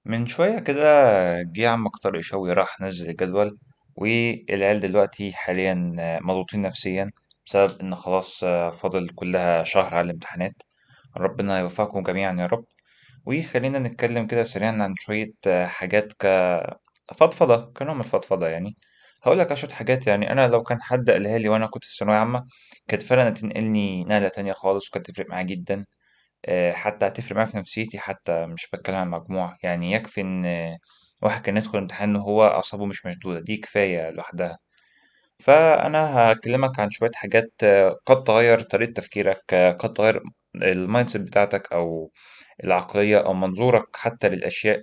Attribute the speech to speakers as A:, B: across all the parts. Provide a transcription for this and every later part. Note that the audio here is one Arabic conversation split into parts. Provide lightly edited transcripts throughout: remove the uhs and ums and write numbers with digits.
A: من شوية كده جه عمك طارق شوقي راح نزل الجدول، والعيال دلوقتي حاليا مضغوطين نفسيا بسبب إن خلاص فاضل كلها شهر على الامتحانات. ربنا يوفقكم جميعا يا رب. وخلينا نتكلم كده سريعا عن شوية حاجات كفضفضة، كنوع من الفضفضة يعني. هقول لك أشهر حاجات، يعني أنا لو كان حد قالها لي وأنا كنت في ثانوية عامة كانت فعلا تنقلني نقلة تانية خالص، وكانت تفرق معايا جدا. حتى هتفرق معايا في نفسيتي، حتى مش باتكلم عن المجموع، يعني يكفي إن واحد كان يدخل امتحان وهو أعصابه مش مشدودة، دي كفاية لوحدها. فأنا هكلمك عن شوية حاجات قد تغير طريقة تفكيرك، قد تغير المايند سيت بتاعتك أو العقلية أو منظورك حتى للأشياء.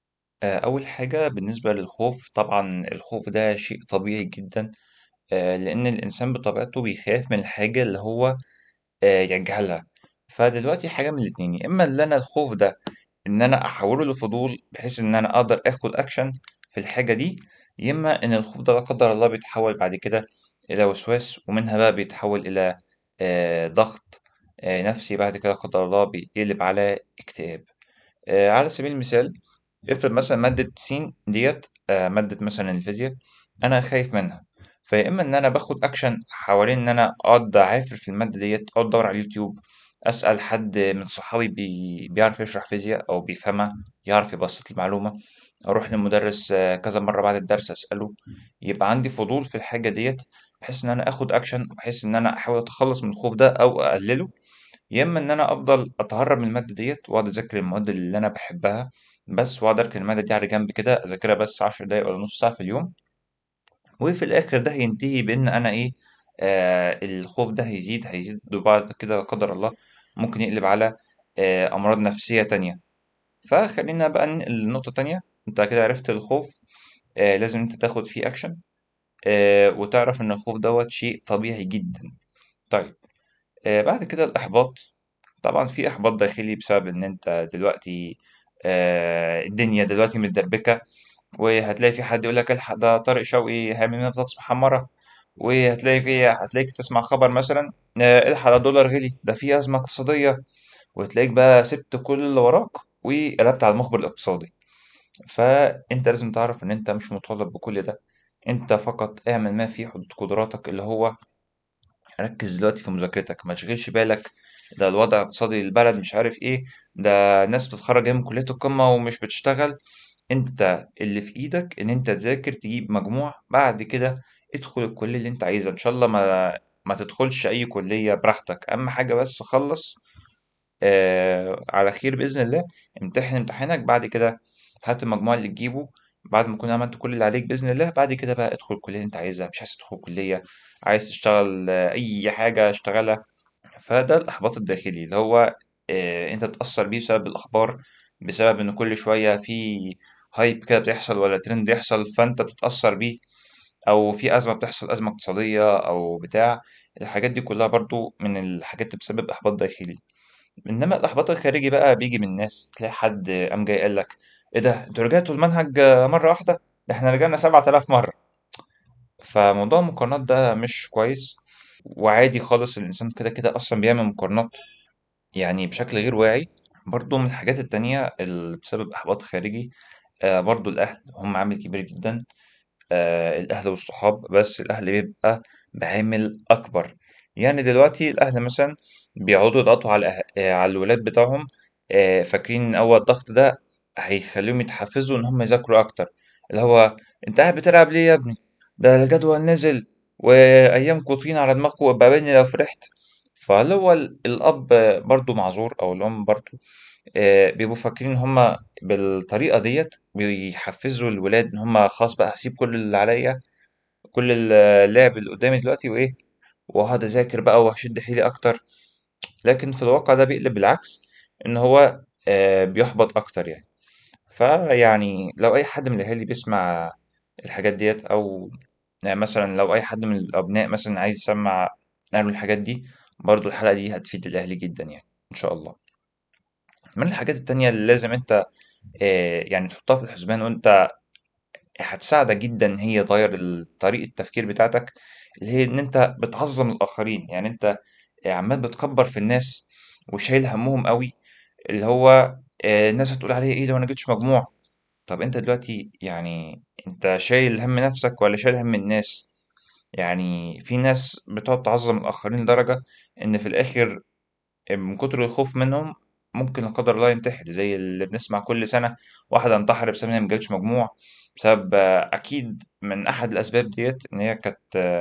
A: أول حاجة بالنسبة للخوف، طبعا الخوف ده شيء طبيعي جدا. لأن الإنسان بطبيعته بيخاف من الحاجة اللي هو يجهلها. فدلوقتي حاجة من الاتنين، يا إما اللي أنا الخوف ده إن أنا أحوله لفضول بحيث إن أنا أقدر آخد أكشن في الحاجة دي، يا إما إن الخوف ده لا قدر الله بيتحول بعد كده إلى وسواس، ومنها بقى بيتحول إلى ضغط نفسي، بعد كده لا قدر الله بيقلب على اكتئاب. على سبيل المثال، افرض مثلا مادة س ديت، مادة مثلا الفيزياء، أنا خايف منها. فيا إما إن أنا باخد أكشن حوالين إن أنا أقعد أعافر في المادة ديت، أقعد أدور على اليوتيوب، أسأل حد من صحابي بيعرف يشرح فيزياء أو بيفهمها، يعرف يبسط المعلومة، أروح للمدرس كذا مرة بعد الدرس أسأله. يبقى عندي فضول في الحاجة ديت، بحيث إن أنا آخد أكشن، بحيث إن أنا أحاول أتخلص من الخوف ده أو أقلله. يا إما إن أنا أفضل أتهرب من المادة ديت وأقعد أذاكر المواد اللي أنا بحبها بس، وأقعد أركن المادة دي على جنب كده أذاكرها بس 10 دقايق ولا نص ساعة في اليوم. وفي الآخر ده هينتهي بإن أنا إيه، الخوف ده هيزيد وبعد كده لا قدر الله ممكن يقلب على أمراض نفسية تانية. فخلينا بقى ننقل لنقطة تانية. أنت كده عرفت الخوف، لازم أنت تاخد فيه أكشن، وتعرف إن الخوف دوت شيء طبيعي جدا. طيب، بعد كده الإحباط. طبعا في إحباط داخلي بسبب إن أنت دلوقتي الدنيا دلوقتي متدربكة، وهتلاقي في حد يقول لك الحق ده طارق شوقي هيعمل لنا بطاطس محمرة، هتلاقيك تسمع خبر مثلا الحق ده الدولار غلي، ده في أزمة اقتصادية، وتلاقيك بقى سبت كل اللي وراك وقلبت على المخبر الاقتصادي. فأنت لازم تعرف إن أنت مش مطالب بكل ده. أنت فقط اعمل ما في حدود قدراتك، اللي هو ركز دلوقتي في مذاكرتك، ما تشغلش بالك ده الوضع الاقتصادي للبلد مش عارف ايه، ده ناس بتتخرج من كلية القمة ومش بتشتغل. انت اللي في ايدك ان انت تذاكر تجيب مجموع، بعد كده ادخل الكلية اللي انت عايزها. ان شاء الله ما تدخلش اي كلية، براحتك، اهم حاجة بس خلص على خير بإذن الله. امتحن امتحانك، بعد كده هات المجموع اللي تجيبه، بعد ما تكون عملت كل اللي عليك بإذن الله، بعد كده بقى ادخل الكلية اللي انت عايزها. مش عايز تدخل كلية، عايز تشتغل أي حاجة اشتغلها. فده الإحباط الداخلي اللي هو أنت بتتأثر بيه بسبب الأخبار، بسبب إن كل شوية في هايب كده بيحصل ولا ترند يحصل فأنت بتتأثر بيه، أو في أزمة بتحصل، أزمة اقتصادية أو بتاع. الحاجات دي كلها برضو من الحاجات اللي بتسبب إحباط داخلي. إنما الإحباط الخارجي بقى بيجي من الناس، تلاقي حد قام جاي قال لك إيه ده أنتوا رجعتوا المنهج مرة واحدة، ده إحنا رجعنا 7000 مرة. فموضوع المقارنات ده مش كويس، وعادي خالص، الإنسان كده كده أصلا بيعمل مقارنات يعني بشكل غير واعي. برضه من الحاجات التانية اللي بتسبب إحباط خارجي، برضه الأهل هم عامل كبير جدا. الأهل والصحاب، بس الأهل بيبقى بعامل أكبر. يعني دلوقتي الأهل مثلا بيقعدوا يضغطوا على الولاد بتاعهم، فاكرين إن أول الضغط ده هيخليهم يتحفزوا إن هم يذاكروا أكتر، اللي هو أنت قاعد بتلعب ليه يا ابني؟ ده الجدول نزل وأيامكوا طين على دماغكوا، وبقابلني لو فرحت. فاللي هو الأب برضه معذور، أو الأم برضه بيبقوا فاكرين إن هما بالطريقة ديت بيحفزوا الولاد إن هما خلاص بقى هسيب كل اللي عليا، كل اللعب اللي قدامي دلوقتي وإيه، وهقعد أذاكر بقى وهشد حيلي أكتر. لكن في الواقع ده بيقلب بالعكس، إن هو بيحبط أكتر يعني. فيعني لو أي حد من الأهالي بيسمع الحاجات ديت، أو يعني مثلا لو أي حد من الأبناء مثلا عايز يسمع أهله الحاجات دي، برضو الحلقة دي هتفيد الأهل جدا يعني، إن شاء الله. من الحاجات التانية اللي لازم أنت يعني تحطها في الحسبان، وأنت هتساعدك جدا إن هي تغير طريقة التفكير بتاعتك، اللي هي إن أنت بتعظم الآخرين. يعني أنت عمال بتكبر في الناس وشايل همهم قوي، اللي هو الناس هتقول عليا إيه ده وأنا جبتش مجموع، طب انت دلوقتي يعني انت شايل هم نفسك ولا شايل هم الناس؟ يعني في ناس بتقعد تعظم الآخرين لدرجة إن في الآخر من كتر الخوف منهم ممكن لا قدر الله ينتحر، زي اللي بنسمع كل سنة واحدة انتحرت بسبب إن هي مجابتش مجموع، بسبب أكيد من أحد الأسباب ديت إن هي كانت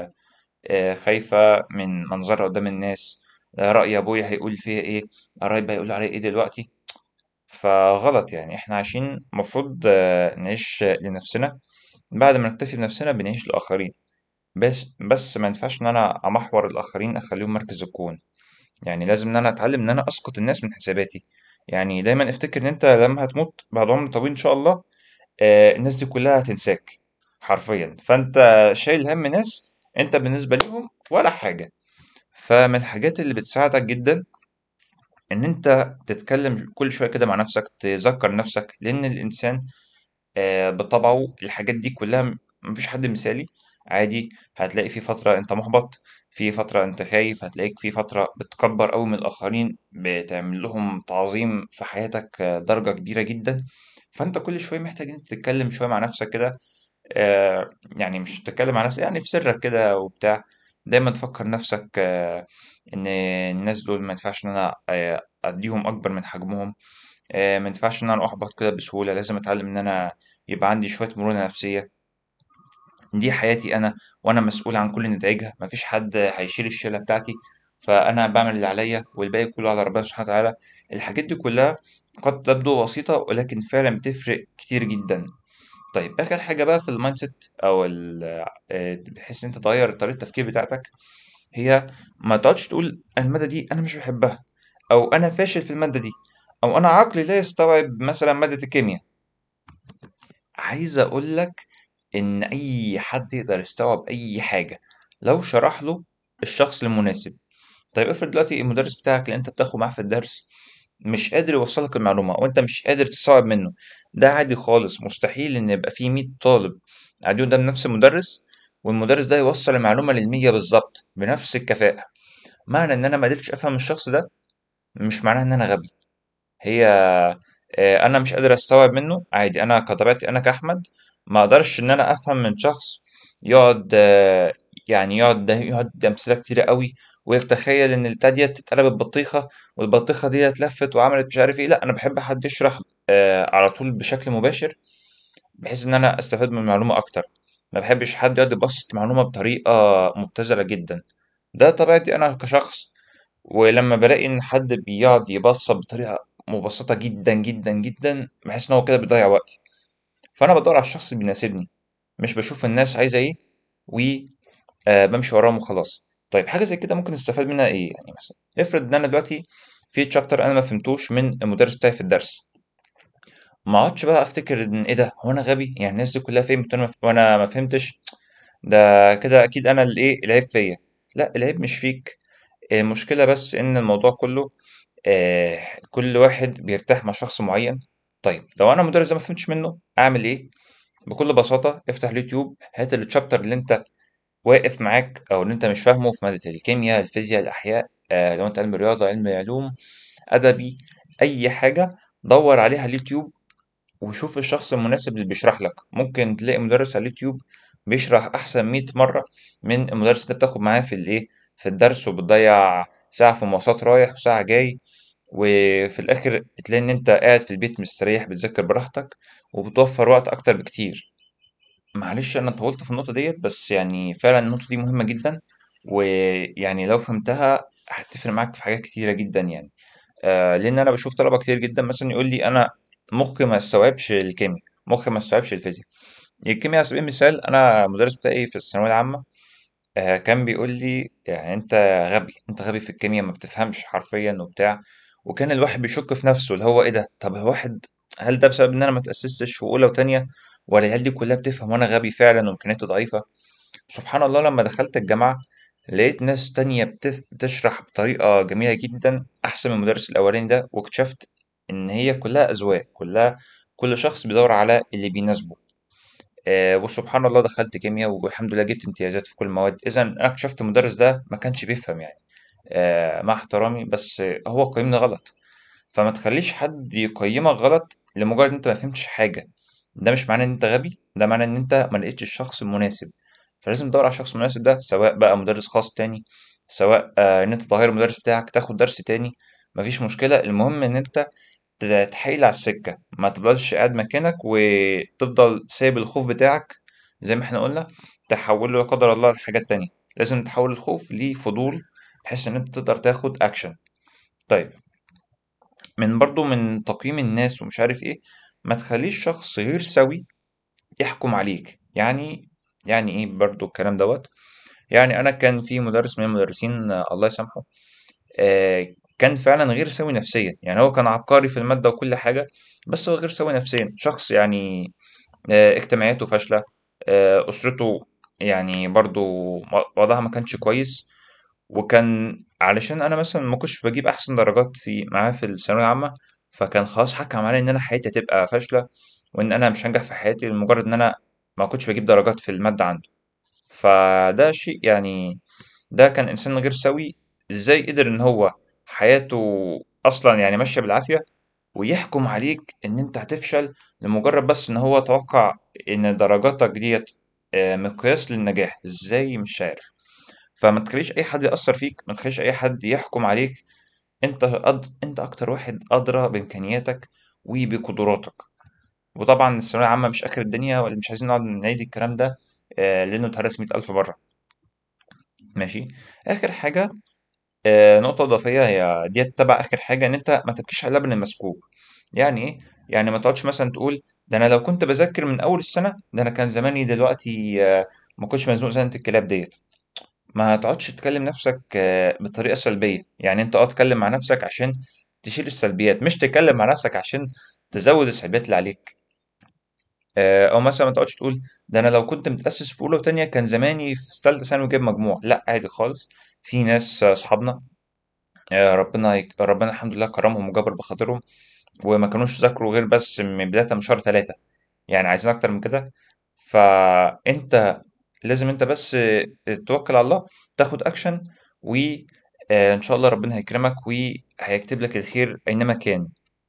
A: خايفة من منظرها قدام الناس. رأي أبويا هيقول فيها إيه، قرايبي هيقولوا عليا إيه دلوقتي. فغلط، يعني إحنا عايشين المفروض نعيش لنفسنا، بعد ما نكتفي بنفسنا بنعيش للآخرين. بس ما ينفعش ان انا امحور الاخرين اخليهم مركز الكون. يعني لازم ان انا اتعلم ان انا اسقط الناس من حساباتي. يعني دايما افتكر ان انت لما هتموت بعد عمر طويل ان شاء الله، الناس دي كلها هتنساك حرفيا، فانت شايل هم ناس انت بالنسبة ليهم ولا حاجة. فمن الحاجات اللي بتساعدك جدا ان انت تتكلم كل شوية كده مع نفسك، تذكر نفسك، لان الانسان بطبعه الحاجات دي كلها مفيش حد مثالي. عادي، هتلاقي في فترة انت محبط، في فترة انت خايف، هتلاقيك في فترة بتكبر قوي من الآخرين، بتعمل لهم تعظيم في حياتك درجة كبيرة جدا. فانت كل شوية محتاج انت تتكلم شوية مع نفسك كده. يعني مش تتكلم مع نفسك يعني في سرك كده وبتاع. دايما تفكر نفسك ان الناس دول ما ينفعش ان انا اديهم اكبر من حجمهم. ما ينفعش ان انا احبط كده بسهوله، لازم اتعلم ان انا يبقى عندي شويه مرونه نفسيه. دي حياتي انا، وانا مسؤول عن كل نتائجها، مفيش حد هيشيل الشيله بتاعتي. فانا بعمل اللي عليا والباقي كله على ربنا سبحانه وتعالى. الحاجات دي كلها قد تبدو بسيطه ولكن فعلا بتفرق كتير جدا. طيب اخر حاجه بقى في المايند سيت او بحيث ان انت تغير طريقه التفكير بتاعتك، هي ما تقعدش تقول الماده دي انا مش بحبها، او انا فاشل في الماده دي، او انا عقلي لا يستوعب مثلا ماده الكيمياء. عايز اقول لك ان اي حد يقدر يستوعب اي حاجه لو شرح له الشخص المناسب. طيب افرض دلوقتي المدرس بتاعك اللي انت بتاخده معاه في الدرس مش قادر يوصلك المعلومه وانت مش قادر تستوعب منه. ده عادي خالص، مستحيل ان يبقى فيه 100 طالب قاعدين قدام نفس المدرس والمدرس ده يوصل المعلومه للمية بالظبط بنفس الكفاءه. معنى ان انا ما قدرتش افهم الشخص ده مش معناه ان انا غبي. هي انا مش قادر استوعب منه عادي، انا كطبيعتي انا كاحمد ما اقدرش ان انا افهم من شخص يقعد يعني يقعد امثله كتيره قوي ويتخيل ان البتاع ديت اتقلبت بطيخه والبطيخه ديت لفت وعملت مش عارف ايه. لا، انا بحب حد يشرح على طول بشكل مباشر بحيث ان انا استفاد من المعلومه اكتر. ما بحبش حد يقعد يبسط المعلومه بطريقه مبتذله جدا. ده طبيعتي انا كشخص. ولما بلاقي ان حد بيقعد يبسط بطريقه مبسطه جدا جدا جدا بحس ان هو كده بيضيع وقتي. فانا بدور على الشخص اللي بيناسبني، مش بشوف الناس عايزه ايه وبمشي وراهم وخلاص. طيب حاجه زي كده ممكن استفاد منها ايه؟ يعني مثلا افرض ان انا دلوقتي في تشابتر انا ما فهمتوش من المدرس بتاعي في الدرس، ما اقعدش بقى افتكر ان ايه ده، هو انا غبي يعني الناس دي كلها فهمت وانا ما فهمتش. ده كده اكيد انا الايه العيب فيا. لا، العيب مش فيك. المشكله بس ان الموضوع كله كل واحد بيرتاح مع شخص معين. طيب لو انا مدرس ده ما فهمتش منه اعمل ايه؟ بكل بساطه افتح اليوتيوب، هات الشابتر اللي انت واقف معاك او اللي انت مش فاهمه في ماده الكيمياء، الفيزياء، الاحياء، لو انت علم رياضه، علم علوم، ادبي، اي حاجه، دور عليها على اليوتيوب وشوف الشخص المناسب اللي بيشرح لك. ممكن تلاقي مدرس على اليوتيوب بيشرح احسن 100 مرة من المدرس اللي بتاخد معاه في الايه في الدرس، وبتضيع ساعة في مواصلات رايح وساعة جاي، وفي الاخر تلاقي ان انت قاعد في البيت مستريح بتذاكر براحتك وبتوفر وقت اكتر بكتير. معلش انا طولت في النقطة ديت، بس يعني فعلا النقطة دي مهمة جدا، ويعني لو فهمتها هتفرق معاك في حاجات كتيرة جدا يعني. لان انا بشوف طلبه كتير جدا مثلا يقول لي انا مخي ما استوعبش الكيمياء، مخي ما استوعبش الفيزياء. الكيمياء على سبيل المثال، انا المدرس بتاعي في الثانويه العامه كان بيقول لي يعني انت غبي، انت غبي في الكيمياء ما بتفهمش حرفيا وبتاع. وكان الواحد بيشك في نفسه اللي هو ايه ده، طب هو واحد، هل ده بسبب ان انا ما تاسستش في اولى وتانية، ولا العيال دي كلها بتفهم وانا غبي فعلا وامكانياتي ضعيفه؟ سبحان الله لما دخلت الجامعة لقيت ناس تانية بتشرح بطريقة جميلة جدا أحسن من المدرس الأولاني ده، واكتشفت إن هي كلها أذواق، كل شخص بيدور على اللي بيناسبه. وسبحان الله دخلت كيمياء والحمد لله جبت امتيازات في كل المواد. إذا أنا اكتشفت المدرس ده ما كانش بيفهم يعني، مع احترامي، بس هو قيمني غلط. فما تخليش حد يقيمك غلط لمجرد إن أنت ما فهمتش حاجة. ده مش معناه ان انت غبي، ده معناه ان انت ما لقيتش الشخص المناسب. فلازم تدور على الشخص المناسب ده، سواء بقى مدرس خاص تاني، سواء ان انت تغير المدرس بتاعك تاخد درس تاني، مفيش مشكلة. المهم ان انت تحيل على السكة، ما تفضلش قاعد مكانك وتفضل سايب الخوف بتاعك زي ما احنا قلنا تحوله لا قدر الله لحاجات تانية. لازم تحول الخوف لفضول، بحيث ان انت تقدر تاخد اكشن. طيب، من برضو من تقييم الناس ومش عارف ايه، ما تخليش شخص غير سوي يحكم عليك. يعني ايه برضو الكلام دوت؟ يعني انا كان في مدرس من المدرسين الله يسامحه، كان فعلا غير سوي نفسيا. يعني هو كان عبقري في المادة وكل حاجة، بس هو غير سوي نفسيا. شخص يعني اجتماعياته فاشلة، أسرته يعني برضو وضعها ما كانش كويس. وكان علشان أنا مثلا ما كنتش بجيب أحسن درجات معاه في الثانوية العامة، فكان خلاص حكم عليا إن أنا حياتي هتبقى فاشلة، وإن أنا مش هنجح في حياتي لمجرد إن أنا ما كنتش بجيب درجات في المادة عنده. فده شيء يعني، ده كان إنسان غير سوي. إزاي قدر إن هو حياته أصلا يعني ماشية بالعافية، ويحكم عليك إن أنت هتفشل لمجرد بس إن هو توقع إن درجاتك ديت مقياس للنجاح؟ إزاي؟ مش عارف. فما تخليش أي حد يأثر فيك، ما تخليش أي حد يحكم عليك. أنت أكتر واحد أدرى بإمكانياتك وبقدراتك. وطبعا الثانوية العامة مش آخر الدنيا، ولا مش عايزين نقعد نعيد الكلام ده لأنه اتهرس 100,000 مرة. ماشي. آخر حاجة، نقطة إضافية هي ديت تبع آخر حاجة، إن أنت ما تبكيش على اللبن المسكوب. يعني إيه؟ يعني ما تقعدش مثلا تقول ده أنا لو كنت بذاكر من أول السنة ده أنا كان زماني دلوقتي ما كنتش مزنوق زنقة الكلاب ديت. ما تقعدش تكلم نفسك بطريقة سلبية. يعني أنت تكلم مع نفسك عشان تشيل السلبيات، مش تتكلم مع نفسك عشان تزود السلبيات اللي عليك. أو مثلا ما تقعدش تقول ده أنا لو كنت متأسس في أولى وتانية كان زماني في تالتة ثانوي جايب مجموع. لا، عادي خالص. في ناس أصحابنا ربنا الحمد لله كرمهم وجبر بخاطرهم، وما كانوش ذاكروا غير بس من بداية من شهر ثلاثة. يعني عايزين أكتر من كده؟ فأنت لازم أنت بس توكل على الله، تاخد أكشن، وإن شاء الله ربنا هيكرمك وهيكتب لك الخير أينما كان.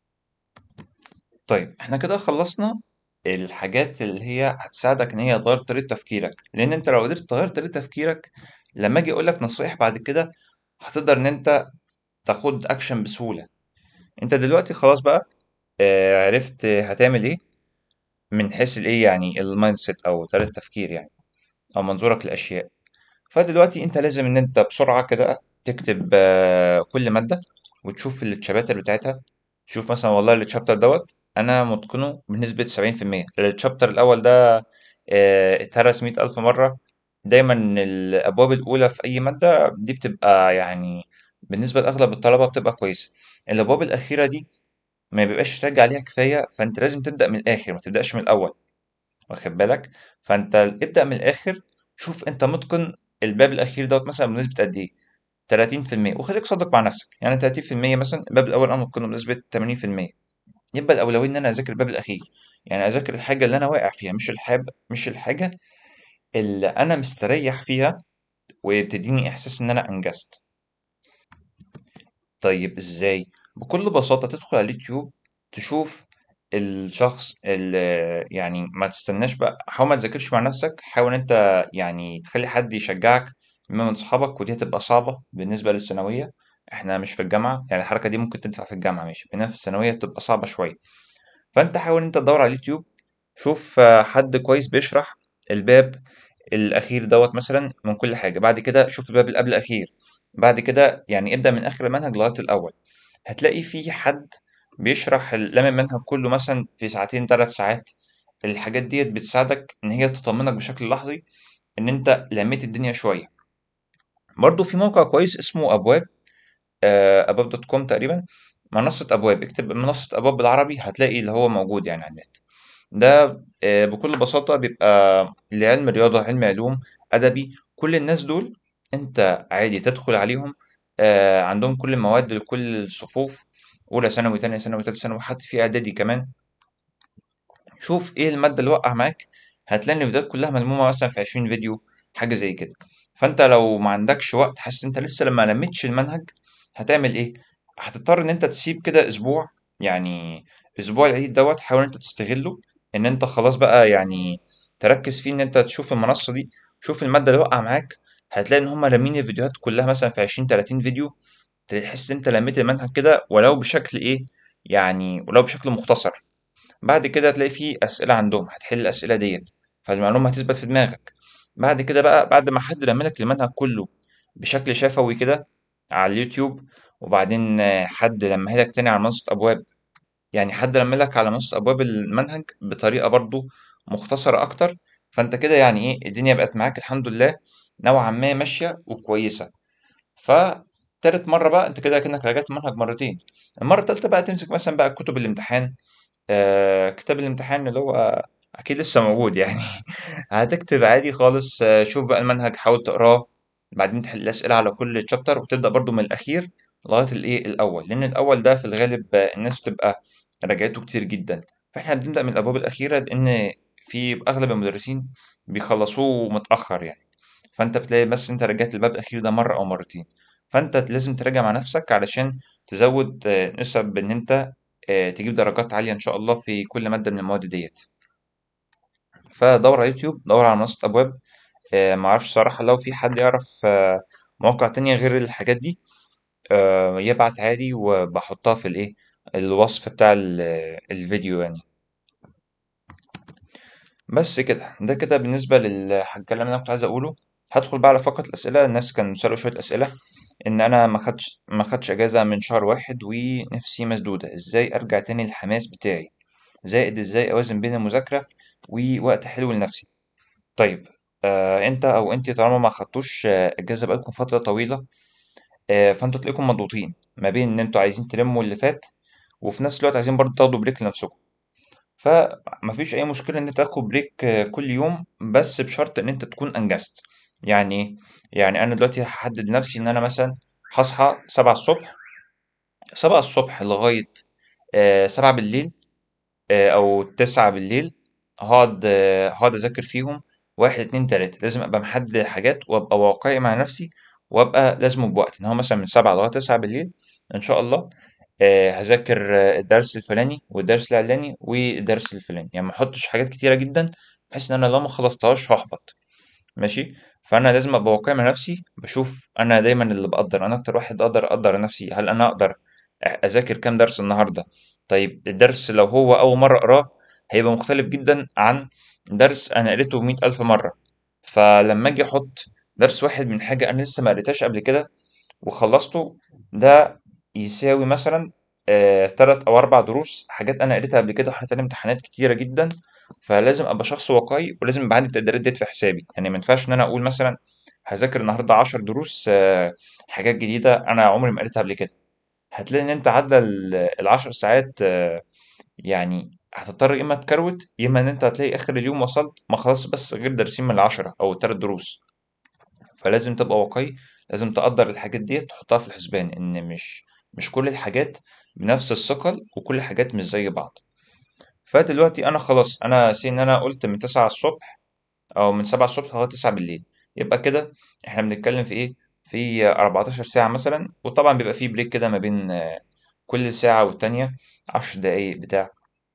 A: طيب، احنا كده خلصنا الحاجات اللي هي هتساعدك ان هي تغير طريقة تفكيرك. لان انت لو قدرت تغير طريقة تفكيرك، لما اجي اقول لك نصايح بعد كده هتقدر ان انت تاخد اكشن بسهولة. انت دلوقتي خلاص بقى عرفت هتعمل ايه من حيث الايه، يعني المايند سيت او طريقة التفكير يعني، او منظورك للاشياء. فدلوقتي انت لازم ان انت بسرعة كده تكتب كل مادة، وتشوف التشابتر بتاعتها. تشوف مثلا والله التشابتر دوت انا متقنه بنسبة 70%. التشابتر الاول ده اتهرس 100,000 مرة. دايما الابواب الاولى في اي مادة دي بتبقى يعني بالنسبة لأغلب الطلبة بتبقى كويسة. الأبواب الأخيرة دي ما بيبقاش راجع عليها كفاية، فأنت لازم تبدأ من الآخر، ما تبدأش من الأول. واخد بالك؟ فأنت ابدأ من الآخر. شوف أنت متقن الباب الأخير دوت مثلا بنسبة قد إيه؟ 30%. وخليك صادق مع نفسك، يعني 30% مثلا الباب الأول أنا متقنه بنسبة 80%. يبقى الأولوية إن أنا أذاكر الباب الأخير. يعني أذاكر الحاجة اللي أنا واقع فيها، مش الحاجة اللي أنا مستريح فيها وبتديني إحساس إن أنا أنجزت. طيب إزاي؟ بكل بساطة تدخل على اليوتيوب، تشوف الشخص اللي يعني ما تستناش بقى، حاول ما تذاكرش مع نفسك، حاول انت يعني تخلي حد يشجعك من صحابك. ودي هتبقى صعبة بالنسبة للثانوية، احنا مش في الجامعة. يعني الحركة دي ممكن تنفع في الجامعة ماشي، انما في الثانوية بتبقى صعبة شوية. فانت حاول انت تدور على اليوتيوب، شوف حد كويس بيشرح الباب الأخير دوت مثلا من كل حاجة. بعد كده شوف الباب اللي قبل الأخير. بعد كده يعني ابدأ من آخر المنهج لغاية الأول. هتلاقي في حد بيشرح لام المنهج كله مثلا في ساعتين 3 ساعات. الحاجات ديت بتساعدك إن هي تطمنك بشكل لحظي إن أنت لميت الدنيا شوية. برضه في موقع كويس اسمه أبواب، أبواب دوت كوم تقريبا. منصة أبواب، اكتب منصة أبواب بالعربي هتلاقي اللي هو موجود يعني على النت. ده بكل بساطة بيبقى لعلم رياضة، علم علوم، أدبي، كل الناس دول أنت عادي تدخل عليهم. عندهم كل المواد لكل الصفوف، أولى ثانوي تانية ثانوي تالتة ثانوي حتى في إعدادي كمان. شوف إيه المادة اللي وقع معاك، هتلاقي إن الفيديوهات كلها ملمومة مثلا في 20 فيديو، حاجة زي كده. فأنت لو ما عندكش وقت، حاسس إن أنت لسه لما لميتش المنهج، هتعمل إيه؟ هتضطر إن أنت تسيب كده أسبوع. يعني أسبوع العيد دوت حاول إن أنت تستغله ان انت خلاص بقى يعني تركز فيه ان انت تشوف المنصة دي، شوف المادة اللي واقعة معاك. هتلاقي ان هم رامين الفيديوهات كلها مثلا في 20 30 فيديو، تحس ان انت لميت المنهج كده ولو بشكل ايه، يعني ولو بشكل مختصر. بعد كده هتلاقي فيه أسئلة عندهم هتحل الأسئلة ديت، فالمعلومة هتثبت في دماغك. بعد كده بقى بعد ما حد رمالك المنهج كله بشكل شفوي كده على اليوتيوب، وبعدين حد لمّها لك تاني على منصة أبواب، يعني حد لمّا لك على منصة أبواب المنهج بطريقة برضه مختصرة أكتر، فأنت كده يعني إيه، الدنيا بقت معاك الحمد لله نوعًا ما ماشية وكويسة. فتالت مرّة بقى أنت كده أكنك راجعت المنهج مرتين، المرّة التالتة بقى تمسك مثلًا بقى كتب الامتحان. كتاب الامتحان اللي هو أكيد لسه موجود يعني هتكتب عادي خالص. شوف بقى المنهج حاول تقراه، بعدين تحل الأسئلة على كل chapter وتبدأ برضو من الأخير لغاية الإيه الأول، لأن الأول ده في الغالب الناس بتبقى راجعته كتير جدا. فإحنا بنبدأ من الأبواب الأخيرة لأن في أغلب المدرسين بيخلصوه متأخر يعني. فأنت بتلاقي بس أنت رجعت الباب الأخير ده مرة أو مرتين، فأنت لازم تراجع مع نفسك علشان تزود نسب إن أنت تجيب درجات عالية إن شاء الله في كل مادة من المواد ديت. فدور على يوتيوب، دور على منصة أبواب. معرفش صراحة لو في حد يعرف مواقع تانية غير الحاجات دي يبعت عادي وبحطها في الإيه الوصف بتاع الفيديو يعني. بس كده ده كده بالنسبة للكلام اللي أنا كنت عايز أقوله. هدخل بقى على فقرة الأسئلة. الناس كانوا سألوا شوية أسئلة إن أنا ما خدش أجازة من شهر واحد ونفسي مسدودة، إزاي أرجع تاني للحماس بتاعي، زائد إزاي أوازن بين المذاكرة ووقت حلو لنفسي. طيب أنت أو أنتِ طالما ما خدتوش إجازة بقى لكم فترة طويلة، فأنتم تلاقيكم مضغوطين ما بين إن أنتم عايزين تلمّوا اللي فات، وفي نفس الوقت عايزين برضه تاخدوا break لنفسكم. فما فيش أي مشكلة إن أنت تاخد break كل يوم، بس بشرط إن أنت تكون أنجزت. يعني إيه؟ يعني أنا دلوقتي هاحدد لنفسي إن أنا مثلًا هاصحى 7:00 لغاية 7:00 أو 9 بالليل، هقعد أذاكر فيهم واحد اتنين تلاتة. لازم أبقى محدد الحاجات وأبقى واقعي مع نفسي، وأبقى لازمه بوقت إن هو مثلا من 7 لغاية 9 بالليل إن شاء الله هذاكر الدرس الفلاني والدرس العلاني والدرس الفلاني. يعني ما أحطش حاجات كتيرة جدا بحيث إن أنا لو ما خلصتهاش هحبط. ماشي. فانا لازم ابقى واقعي مع نفسي، بشوف انا دايما اللي بقدر، انا اكتر واحد اقدر نفسي، هل انا اقدر اذاكر كام درس النهارده. طيب الدرس لو هو اول مره اقراه هيبقى مختلف جدا عن درس انا قريته 100,000 مره. فلما اجي احط درس واحد من حاجه انا لسه ما قريتهاش قبل كده وخلصته، ده يساوي مثلا 3 أو 4 دروس حاجات أنا قريتها قبل كده وحطيت عليها امتحانات كتيرة جدا. فلازم أبقى شخص واقعي ولازم يبقى عندي التقديرات ديت في حسابي. يعني ما ينفعش إن أنا أقول مثلا هذاكر النهاردة 10 دروس حاجات جديدة أنا عمري ما قريتها قبل كده. هتلاقي إن أنت عدى ال10 ساعات يعني هتضطر يا إما تكروت يا إما إن أنت هتلاقي آخر اليوم وصلت ما خلصت بس غير درسين من ال10 أو ال3 دروس. فلازم تبقى واقعي، لازم تقدر الحاجات دي تحطها في الحسبان ان مش كل الحاجات بنفس الثقل وكل الحاجات مش زي بعض. فدلوقتي انا خلاص انا ان انا قلت من 9 الصبح او من 7 الصبح لغايه 9 بالليل، يبقى كده احنا بنتكلم في ايه، في 14 ساعه مثلا. وطبعا بيبقى في بريك كده ما بين كل ساعه والتانية 10 دقايق بتاع.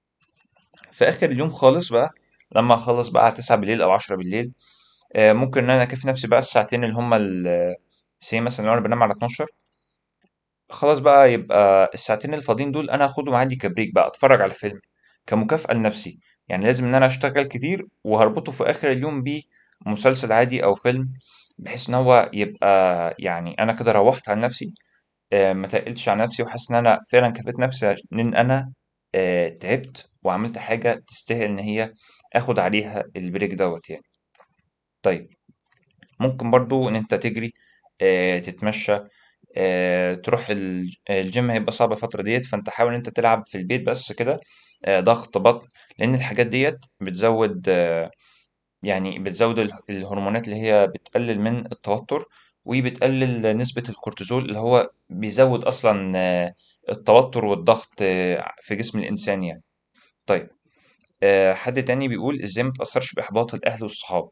A: في اخر اليوم خالص بقى لما اخلص بقى على 9 بالليل او 10 بالليل ممكن ان انا اكفي نفسي بقى الساعتين اللي هما مثلا لو انا بنام على 12 خلاص بقى يبقى الساعتين الفاضيين دول انا هاخدهم عادي كبريك بقى اتفرج على فيلم كمكافأة لنفسي. يعني لازم ان انا اشتغل كتير وهربطه في اخر اليوم بمسلسل عادي او فيلم، بحيث ان هو يبقى يعني انا كده روحت على نفسي ما تقلتش على نفسي وحاسس ان انا فعلا كفيت نفسي ان انا تعبت وعملت حاجة تستاهل ان هي اخد عليها البريك دوت يعني. طيب ممكن برضو ان انت تجري تتمشى تروح الجيم هيبقى صعب الفترة ديت، فانت حاول ان انت تلعب في البيت بس كده ضغط بطن، لان الحاجات ديت بتزود يعني بتزود الهرمونات اللي هي بتقلل من التوتر وبتقلل نسبة الكورتيزول اللي هو بيزود اصلا التوتر والضغط في جسم الانسان يعني. طيب حد تاني بيقول ازاي ما تأثرش بإحباط الأهل والصحاب.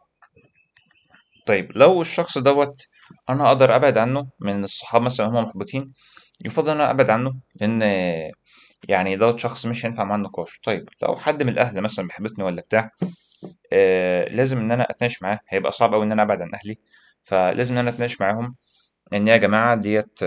A: طيب لو الشخص دوت انا اقدر ابعد عنه من الصحاب مثلا هم محبطين، يفضل ان انا ابعد عنه، لان يعني دوت شخص مش هينفع معاه النقاش. طيب لو حد من الاهل مثلا بيحبطني ولا بتاع، لازم ان انا اتناقش معاه. هيبقى صعب قوي ان انا ابعد عن اهلي، فلازم ان انا اتناقش معاهم ان يا جماعه ديت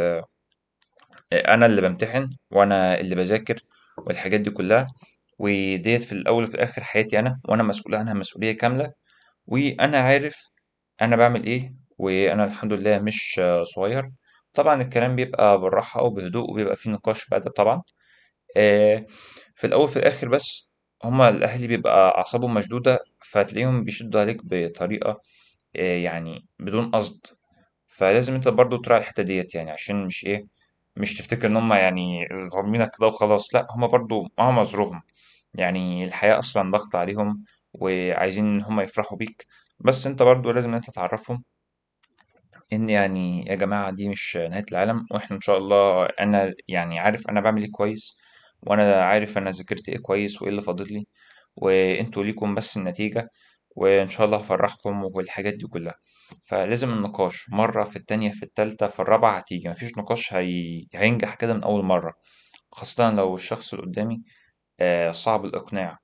A: انا اللي بامتحن وانا اللي بذاكر والحاجات دي كلها، وديت في الاول وفي الاخر حياتي انا، وانا مسؤول عنها مسؤوليه كامله، وانا عارف انا بعمل ايه، وانا الحمد لله مش صغير. طبعا الكلام بيبقى بالراحه وبهدوء وبيبقى فيه نقاش بقى ده طبعا. آه، في الأول في الآخر بس هما الأهل بيبقى أعصابهم مشدودة، فتلاقيهم بيشدوا عليك بطريقة يعني بدون قصد. فلازم انت برضو تراعي الحتة ديت، يعني عشان مش ايه، مش تفتكر ان هما يعني ظالمينك كده وخلاص. لا، هما برضو معاهم عذرهم، يعني الحياة أصلا ضغط عليهم وعايزين إن هما يفرحوا بيك. بس انت برضو لازم ان انت تعرفهم ان يعني يا جماعة دي مش نهاية العالم، واحنا ان شاء الله انا يعني عارف انا بعمل ايه كويس، وانا عارف انا ذاكرت ايه كويس وايه اللي فاضل لي، وانتوا ليكم بس النتيجة، وان شاء الله هفرحكم والحاجات دي كلها. فلازم النقاش مرة، في التانية، في التالتة، في الرابعة هتيجي. مفيش نقاش هينجح كده من أول مرة، خاصة لو الشخص اللي قدامي صعب الإقناع.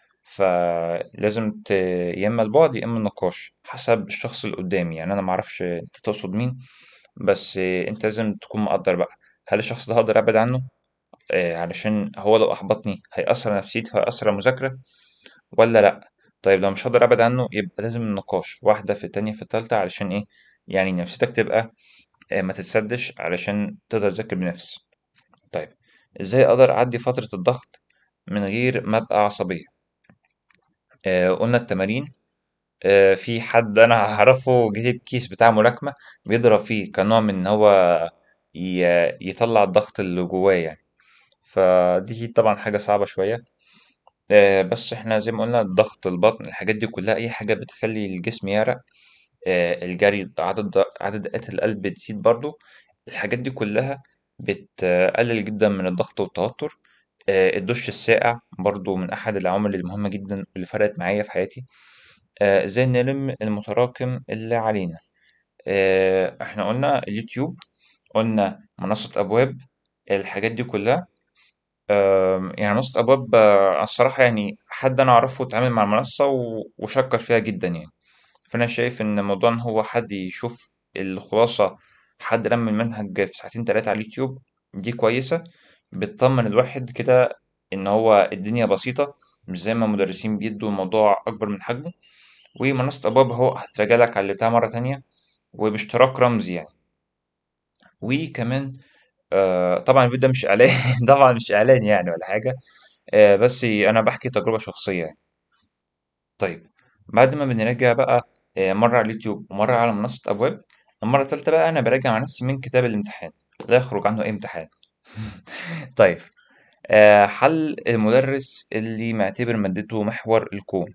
A: فلازم يا إما البعد يا إما النقاش حسب الشخص اللي قدامي. يعني أنا معرفش أنت تقصد مين، بس أنت لازم تكون مقدر بقى، هل الشخص ده هقدر أبعد عنه علشان هو لو أحبطني هيأثر على نفسيتي فهيأثر على المذاكرة، ولا لأ؟ طيب لو مش هقدر أبعد عنه يبقى لازم النقاش، واحدة في التانية في التالتة، علشان إيه؟ يعني نفسيتك تبقى ما تتسدش علشان تقدر تذاكر بنفس. طيب إزاي أقدر أعدي فترة الضغط من غير ما أبقى عصبية؟ قلنا التمارين. في حد أنا أعرفه جايب كيس بتاع ملاكمة بيضرب فيه كنوع من إن هو يطلع الضغط اللي جواه يعني. فدي طبعا حاجة صعبة شوية. بس احنا زي ما قلنا الضغط، البطن، الحاجات دي كلها أي حاجة بتخلي الجسم يعرق، الجري، عدد دقات القلب بتزيد برضو. الحاجات دي كلها بتقلل جدا من الضغط والتوتر. الدش الساقع برضو من أحد العوامل المهمة جدا اللي فرقت معايا في حياتي. ازاي نلم المتراكم اللي علينا؟ احنا قلنا اليوتيوب، قلنا منصة أبواب، الحاجات دي كلها. يعني منصة أبواب الصراحة يعني حد أنا أعرفه اتعامل مع المنصة وشكر فيها جدا يعني. فأنا شايف إن موضوع إن هو حد يشوف الخلاصة، حد لم المنهج في ساعتين تلاتة على اليوتيوب، دي كويسة، بتطمن الواحد كده إن هو الدنيا بسيطة، مش زي ما المدرسين بيدوا الموضوع أكبر من حجمه. ومنصة أبواب أهو هتراجعلك على اللي بتاع مرة تانية وباشتراك رمزي يعني. وكمان طبعا الفيديو ده مش إعلان طبعا مش إعلان يعني ولا حاجة، بس أنا بحكي تجربة شخصية يعني. طيب بعد ما بنراجع بقى مرة على اليوتيوب ومرة على منصة أبواب، المرة التالتة بقى أنا براجع مع نفسي من كتاب الامتحان، لا يخرج عنه أي امتحان. طيب حل المدرس اللي معتبر مادته محور الكون.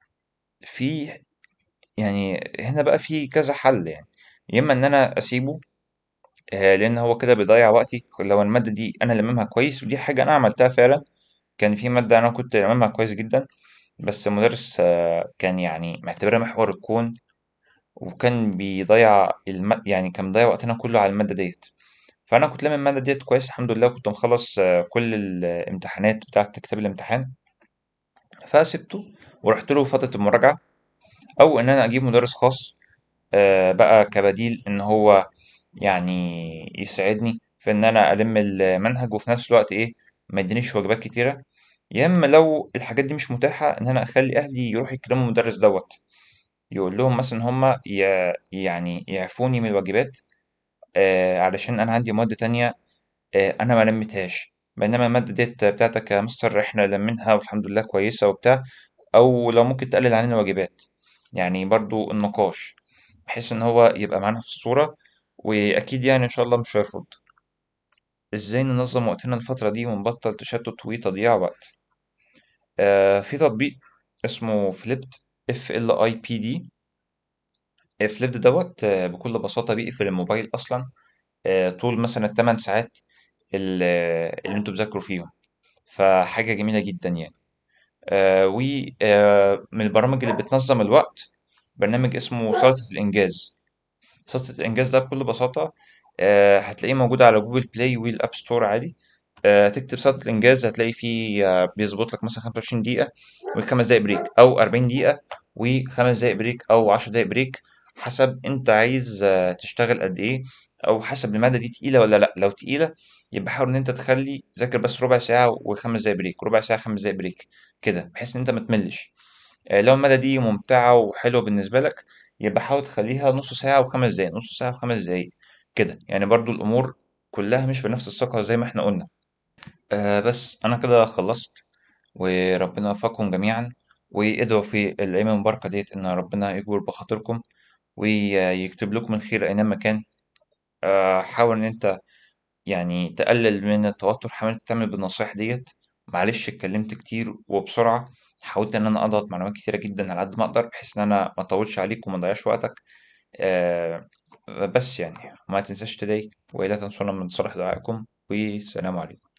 A: في يعني هنا بقى في كذا حل يعني. يا إما إن أنا أسيبه لأن هو كده بيضيع وقتي. لو المادة دي أنا لممها كويس، ودي حاجة أنا عملتها فعلا، كان في مادة أنا كنت لممها كويس جدا، بس المدرس كان يعني معتبرها محور الكون، وكان بيضيع يعني كان بيضيع وقتنا كله على المادة ديت. فأنا كنت لامم المادة ديت كويس الحمد لله، وكنت مخلص كل الامتحانات بتاعة كتاب الامتحان، فسبته ورحت له فترة المراجعة. أو إن أنا أجيب مدرس خاص بقى كبديل إن هو يعني يساعدني في إن أنا ألم المنهج، وفي نفس الوقت إيه، ما يدينيش واجبات كتيرة. يا إما لو الحاجات دي مش متاحة، إن أنا أخلي أهلي يروحوا يكلموا المدرس دوت، يقول لهم مثلا إن هما يعني يعفوني من الواجبات علشان أنا عندي مواد تانية أنا ما لميتهاش، بينما المادة ديت بتاعتك يا مستر إحنا لمينها والحمد لله كويسة وبتاع. أو لو ممكن تقلل علينا واجبات، يعني برضو النقاش، بحيث إن هو يبقى معانا في الصورة، وأكيد يعني إن شاء الله مش هيرفض. إزاي ننظم وقتنا الفترة دي ونبطل تشتت وتضييع وقت؟ في تطبيق اسمه فليبد، FLIPD. فليبد دوت بكل بساطة بيقفل الموبايل أصلا طول مثلا التمن ساعات اللي انتوا بتذاكروا فيهم. فحاجة جميلة جدا يعني. ومن البرامج اللي بتنظم الوقت برنامج اسمه سلطة الإنجاز. سلطة الإنجاز ده بكل بساطة هتلاقيه موجود على جوجل بلاي والأب ستور عادي. تكتب سطر الإنجاز هتلاقي فيه بيظبط لك مثلا 25 دقيقة وخمس دقايق بريك، أو 40 دقيقة وخمس دقايق بريك، أو 10 دقايق بريك، حسب أنت عايز تشتغل قد إيه، أو حسب المادة دي تقيلة ولا لأ. لو تقيلة يبقى حاول إن أنت تخلي ذاكر بس ربع ساعة وخمس دقايق بريك، ربع ساعة خمس دقايق بريك، كده بحيث إن أنت متملش. لو المادة دي ممتعة وحلوة بالنسبة لك يبقى حاول تخليها نص ساعة وخمس دقايق، نص ساعة وخمس دقايق، كده يعني. برضو الأمور كلها مش بنفس الثقة زي ما احنا قلنا. بس أنا كده خلصت، وربنا يوفقكم جميعا، وادعوا في الأيام المباركة ديت إن ربنا يجبر بخاطركم ويكتب لكم الخير أينما كان. حاول إن أنت يعني تقلل من التوتر، حاولت تعمل بالنصايح ديت. معلش اتكلمت كتير وبسرعة، حاولت إن أنا أضغط معلومات كتيرة جدا على قد ما أقدر بحيث إن أنا ما أطولش عليك وما أضيعش وقتك. آه بس يعني ما تنساش تدعي، وإلا تنسونا من صالح دعائكم، والسلام عليكم.